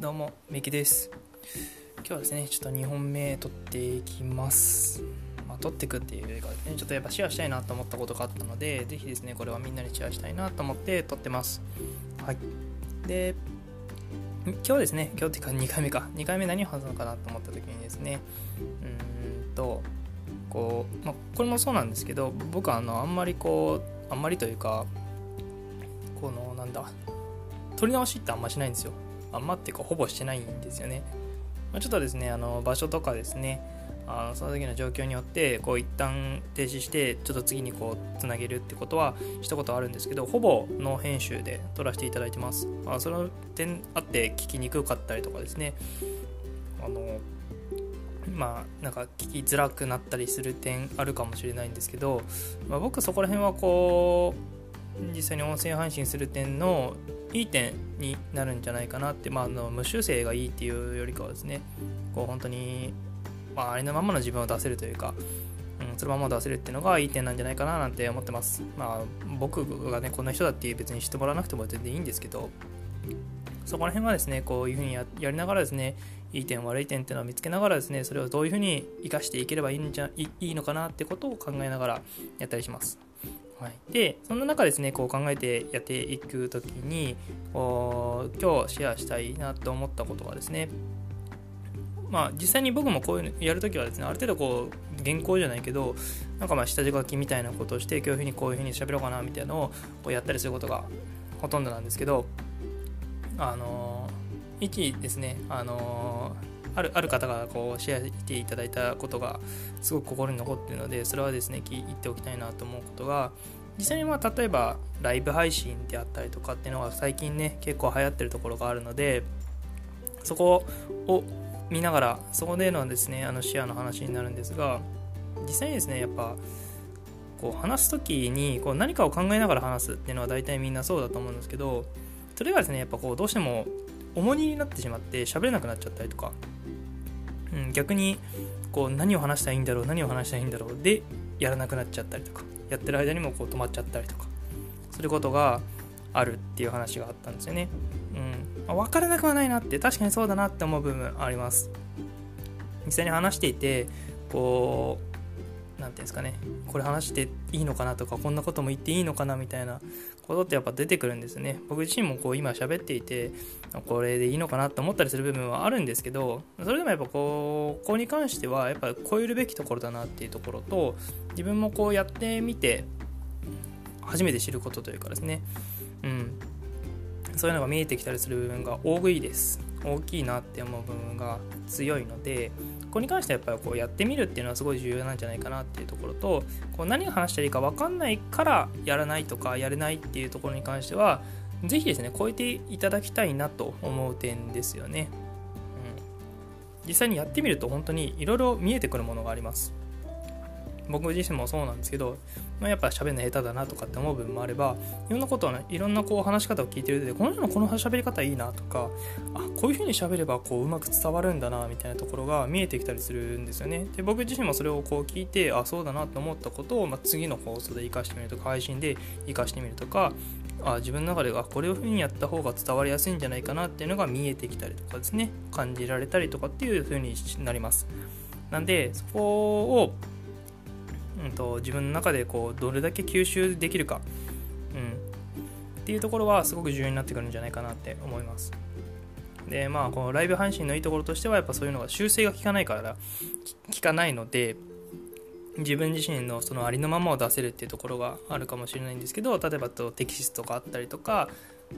どうもミキです。今日はですねちょっと2本目撮っていきます。撮っていくっていうよりかですねちょっとやっぱシェアしたいなと思ったことがあったので、ぜひですねこれはみんなにシェアしたいなと思って撮ってます。はい。で今日ですね、今日っていうか2回目何を話すのかなと思った時にですね、これもそうなんですけど、僕はあんまりというか撮り直しってあんましないんですよ。あんまっていうかほぼしてないんですよね。ちょっとですね場所とかですねその時の状況によって一旦停止してちょっと次につなげるってことはしたことあるんですけど、ほぼノー編集で撮らせていただいてます。その点あって聞きにくかったりとかですね、なんか聞きづらくなったりする点あるかもしれないんですけど、僕そこら辺は実際に音声配信する点のいい点になるんじゃないかなって、無修正がいいっていうよりかはですね、本当に、ありのままの自分を出せるというか、そのまま出せるっていうのがいい点なんじゃないかななんて思ってます。僕がねこんな人だって別に知ってもらわなくても全然いいんですけど、そこら辺はですねこういうふうに やりながらですね、いい点悪い点っていうのを見つけながらですね、それをどういうふうに生かしていければいいのかなってことを考えながらやったりします。はい、でそんな中ですね考えてやっていくときに今日シェアしたいなと思ったことはですね、実際に僕もこういうのやるときはですね、ある程度原稿じゃないけど下地書きみたいなことをして、こういうふうに喋ろうかなみたいなのをやったりすることがほとんどなんですけど、一ですねある方がシェアしていただいたことがすごく心に残っているので、それはですね言っておきたいなと思うことが、実際に例えばライブ配信であったりとかっていうのが最近ね結構流行ってるところがあるので、そこを見ながらそこでのですねシェアの話になるんですが、実際にですねやっぱ話すときに何かを考えながら話すっていうのは大体みんなそうだと思うんですけど、それがですねやっぱどうしても重荷になってしまって喋れなくなっちゃったりとか、逆に何を話したらいいんだろうでやらなくなっちゃったりとか、やってる間にも止まっちゃったりとかすることがあるっていう話があったんですよね。分からなくはないなって、確かにそうだなって思う部分あります。実際に話していてなんていうんですかね、これ話していいのかなとか、こんなことも言っていいのかなみたいなことってやっぱ出てくるんですね。僕自身も今喋っていてこれでいいのかなと思ったりする部分はあるんですけど、それでもやっぱここに関してはやっぱ超えるべきところだなっていうところと、自分もやってみて初めて知ることというかですね、そういうのが見えてきたりする部分が大きいなって思う部分が強いので、ここに関してはやっぱりやってみるっていうのはすごい重要なんじゃないかなっていうところと、何が話したらいいか分かんないからやらないとかやれないっていうところに関してはぜひですね超えていただきたいなと思う点ですよね。実際にやってみると本当にいろいろ見えてくるものがあります。僕自身もそうなんですけど、やっぱ喋るの下手だなとかって思う部分もあれば、いろんなことをね、いろんな話し方を聞いてるで、この人のこの喋り方いいなとか、こういう風に喋ればうまく伝わるんだなみたいなところが見えてきたりするんですよね。で、僕自身もそれを聞いて、そうだなと思ったことを、次の放送で活かしてみるとか、配信で活かしてみるとか、自分の中でこれを風にやった方が伝わりやすいんじゃないかなっていうのが見えてきたりとかですね、感じられたりとかっていう風になります。なんでそこを自分の中でどれだけ吸収できるか、っていうところはすごく重要になってくるんじゃないかなって思います。でこのライブ配信のいいところとしてはやっぱそういうのが修正が効かないので、自分自身のそのありのままを出せるっていうところがあるかもしれないんですけど、例えばテキストがあったりとか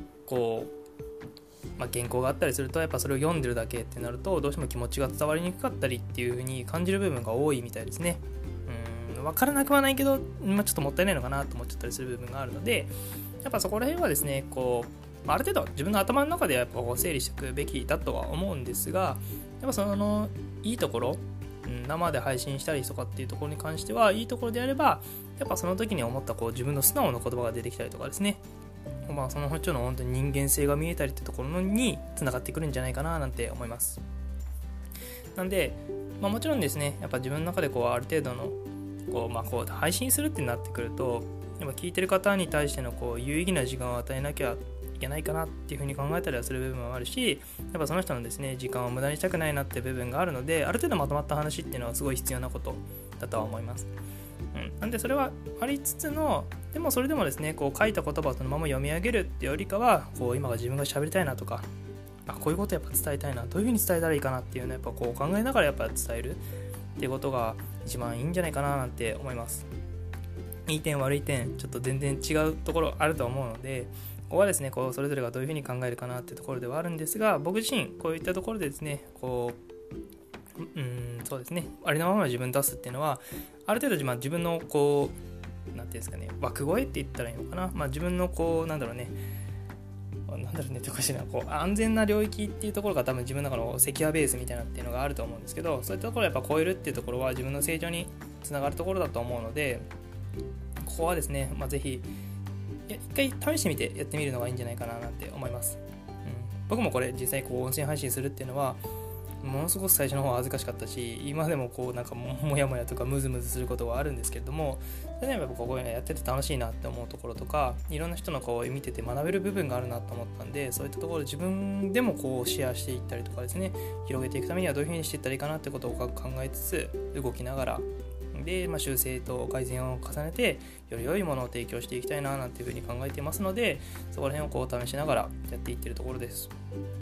原稿があったりすると、やっぱそれを読んでるだけってなるとどうしても気持ちが伝わりにくかったりっていう風に感じる部分が多いみたいですね。分からなくはないけど、ちょっともったいないのかなと思っちゃったりする部分があるので、やっぱそこら辺はですねある程度自分の頭の中でやっぱ整理していくべきだとは思うんですが、やっぱそのいいところ、生で配信したりとかっていうところに関してはいいところであれば、やっぱその時に思った自分の素直な言葉が出てきたりとかですね、その人の本当に人間性が見えたりってところに繋がってくるんじゃないかななんて思います。なんで、もちろんですねやっぱ自分の中である程度の配信するってなってくると、やっぱ聞いてる方に対しての有意義な時間を与えなきゃけないかなっていうふうに考えたりはする部分もあるし、やっぱその人のですね時間を無駄にしたくないなっていう部分があるので、ある程度まとまった話っていうのはすごい必要なことだとは思います。なんでそれはありつつの、でもそれでもですねこう書いた言葉をそのまま読み上げるってよりかは、こう今が自分が喋りたいなとか、こういうことやっぱ伝えたいな、どういうふうに伝えたらいいかなっていうのをやっぱこう考えながらやっぱ伝えるっていうことが一番いいんじゃないかななんて思います。いい点悪い点ちょっと全然違うところあると思うので、ここはですねこうそれぞれがどういうふうに考えるかなっていうところではあるんですが、僕自身こういったところでですねこうそうですねありのままの自分出すっていうのは、ある程度自分のこうなんていうんですかね、枠越えって言ったらいいのかな、自分のこうなんだろうねっておかしいな、こう安全な領域っていうところが多分自分の中のセキュアベースみたいなっていうのがあると思うんですけど、そういったところをやっぱ超えるっていうところは自分の成長につながるところだと思うので、ここはですね、ぜひ一回試してみてやってみるのがいいんじゃないかななんて思います。僕もこれ実際こう音声配信するっていうのはものすごく最初の方は恥ずかしかったし、今でもこうなんかもやもやとかムズムズすることはあるんですけれども、例えばこういうのやってて楽しいなって思うところとか、いろんな人のこう見てて学べる部分があるなと思ったんで、そういったところで自分でもこうシェアしていったりとかですね、広げていくためにはどういうふうにしていったらいいかなってことを考えつつ動きながらで、修正と改善を重ねてより良いものを提供していきたいななんていうふうに考えていますので、そこら辺をこう試しながらやっていっているところです。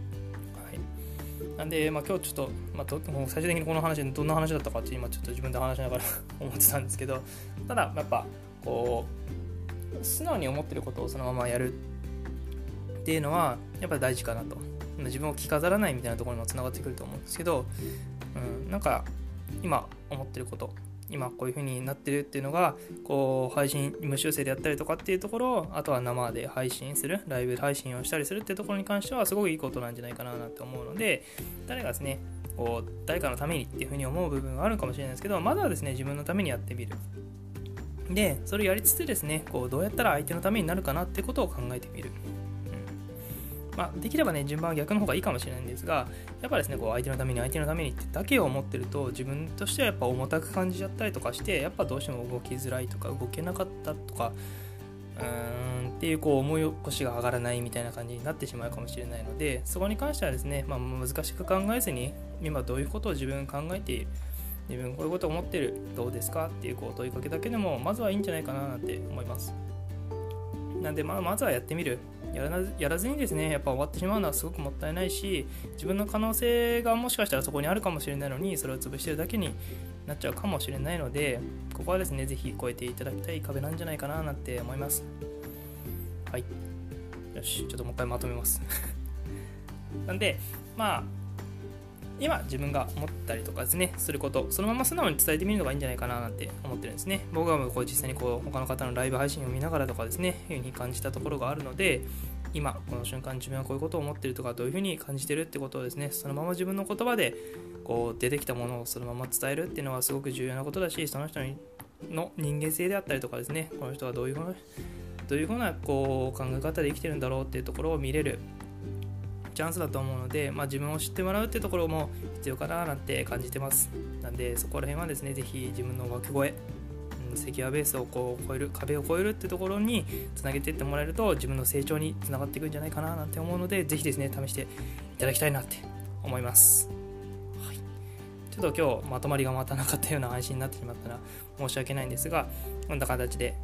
なんで、今日ちょっと、最終的にこの話でどんな話だったかって今ちょっと自分で話しながら思ってたんですけど、ただやっぱこう素直に思ってることをそのままやるっていうのはやっぱり大事かなと。自分を着飾らないみたいなところにもつながってくると思うんですけど、なんか今思ってること、今こういう風になってるっていうのがこう配信無修正でやったりとかっていうところを、あとは生で配信する、ライブ配信をしたりするっていうところに関してはすごくいいことなんじゃないかなって思うので、誰がですねこう誰かのためにっていう風に思う部分はあるかもしれないですけど、まずはですね自分のためにやってみる。でそれをやりつつですねこうどうやったら相手のためになるかなってことを考えてみる。できればね順番は逆の方がいいかもしれないんですが、やっぱですねこう相手のためにってだけを思ってると、自分としてはやっぱ重たく感じちゃったりとかして、やっぱどうしても動きづらいとか動けなかったとかっていう思い起こしが上がらないみたいな感じになってしまうかもしれないので、そこに関してはですね、難しく考えずに今どういうことを自分考えている、自分こういうことを思ってる、どうですかっていう問いかけだけでもまずはいいんじゃないかななんて思います。なんでまずはやってみる。やらずにですねやっぱ終わってしまうのはすごくもったいないし、自分の可能性がもしかしたらそこにあるかもしれないのに、それを潰してるだけになっちゃうかもしれないので、ここはですねぜひ越えていただきたい壁なんじゃないかななんて思います。はい、よし、ちょっともう一回まとめますなんで今自分が思ったりとかですねすること、そのまま素直に伝えてみるのがいいんじゃないかななんて思ってるんですね。僕は実際に他の方のライブ配信を見ながらとかですねいう風に感じたところがあるので、今この瞬間自分はこういうことを思っているとか、どういう風に感じているってことをですねそのまま自分の言葉で出てきたものをそのまま伝えるっていうのはすごく重要なことだし、その人の人間性であったりとかですね、この人はどういうふうな考え方で生きてるんだろうっていうところを見れるチャンスだと思うので、自分を知ってもらうっていうところも必要かななんて感じてます。なんでそこら辺はですねぜひ自分の枠越え、セキュアベースを越える、壁を越えるってところにつなげていってもらえると自分の成長につながっていくんじゃないかななんて思うので、ぜひですね試していただきたいなって思います。ちょっと今日まとまりがまたなかったような配信になってしまったら申し訳ないんですが、こんな形で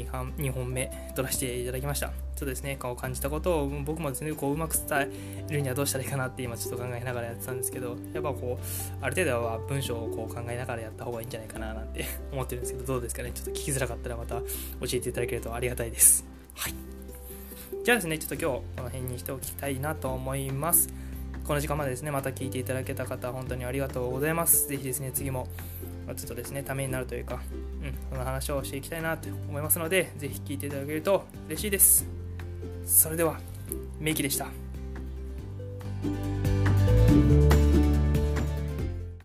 2本目撮らせていただきました。ちょっとですね感じたことを僕もですねうまく伝えるにはどうしたらいいかなって今ちょっと考えながらやってたんですけど、やっぱある程度は文章を考えながらやった方がいいんじゃないかななんて思ってるんですけど、どうですかね。ちょっと聞きづらかったらまた教えていただけるとありがたいです。はい、じゃあですねちょっと今日この辺にしておきたいなと思います。この時間までですねまた聞いていただけた方本当にありがとうございます。ぜひですね次もちょっとですねためになるというか、その話をしていきたいなと思いますので、ぜひ聞いていただけると嬉しいです。それではメイキでした。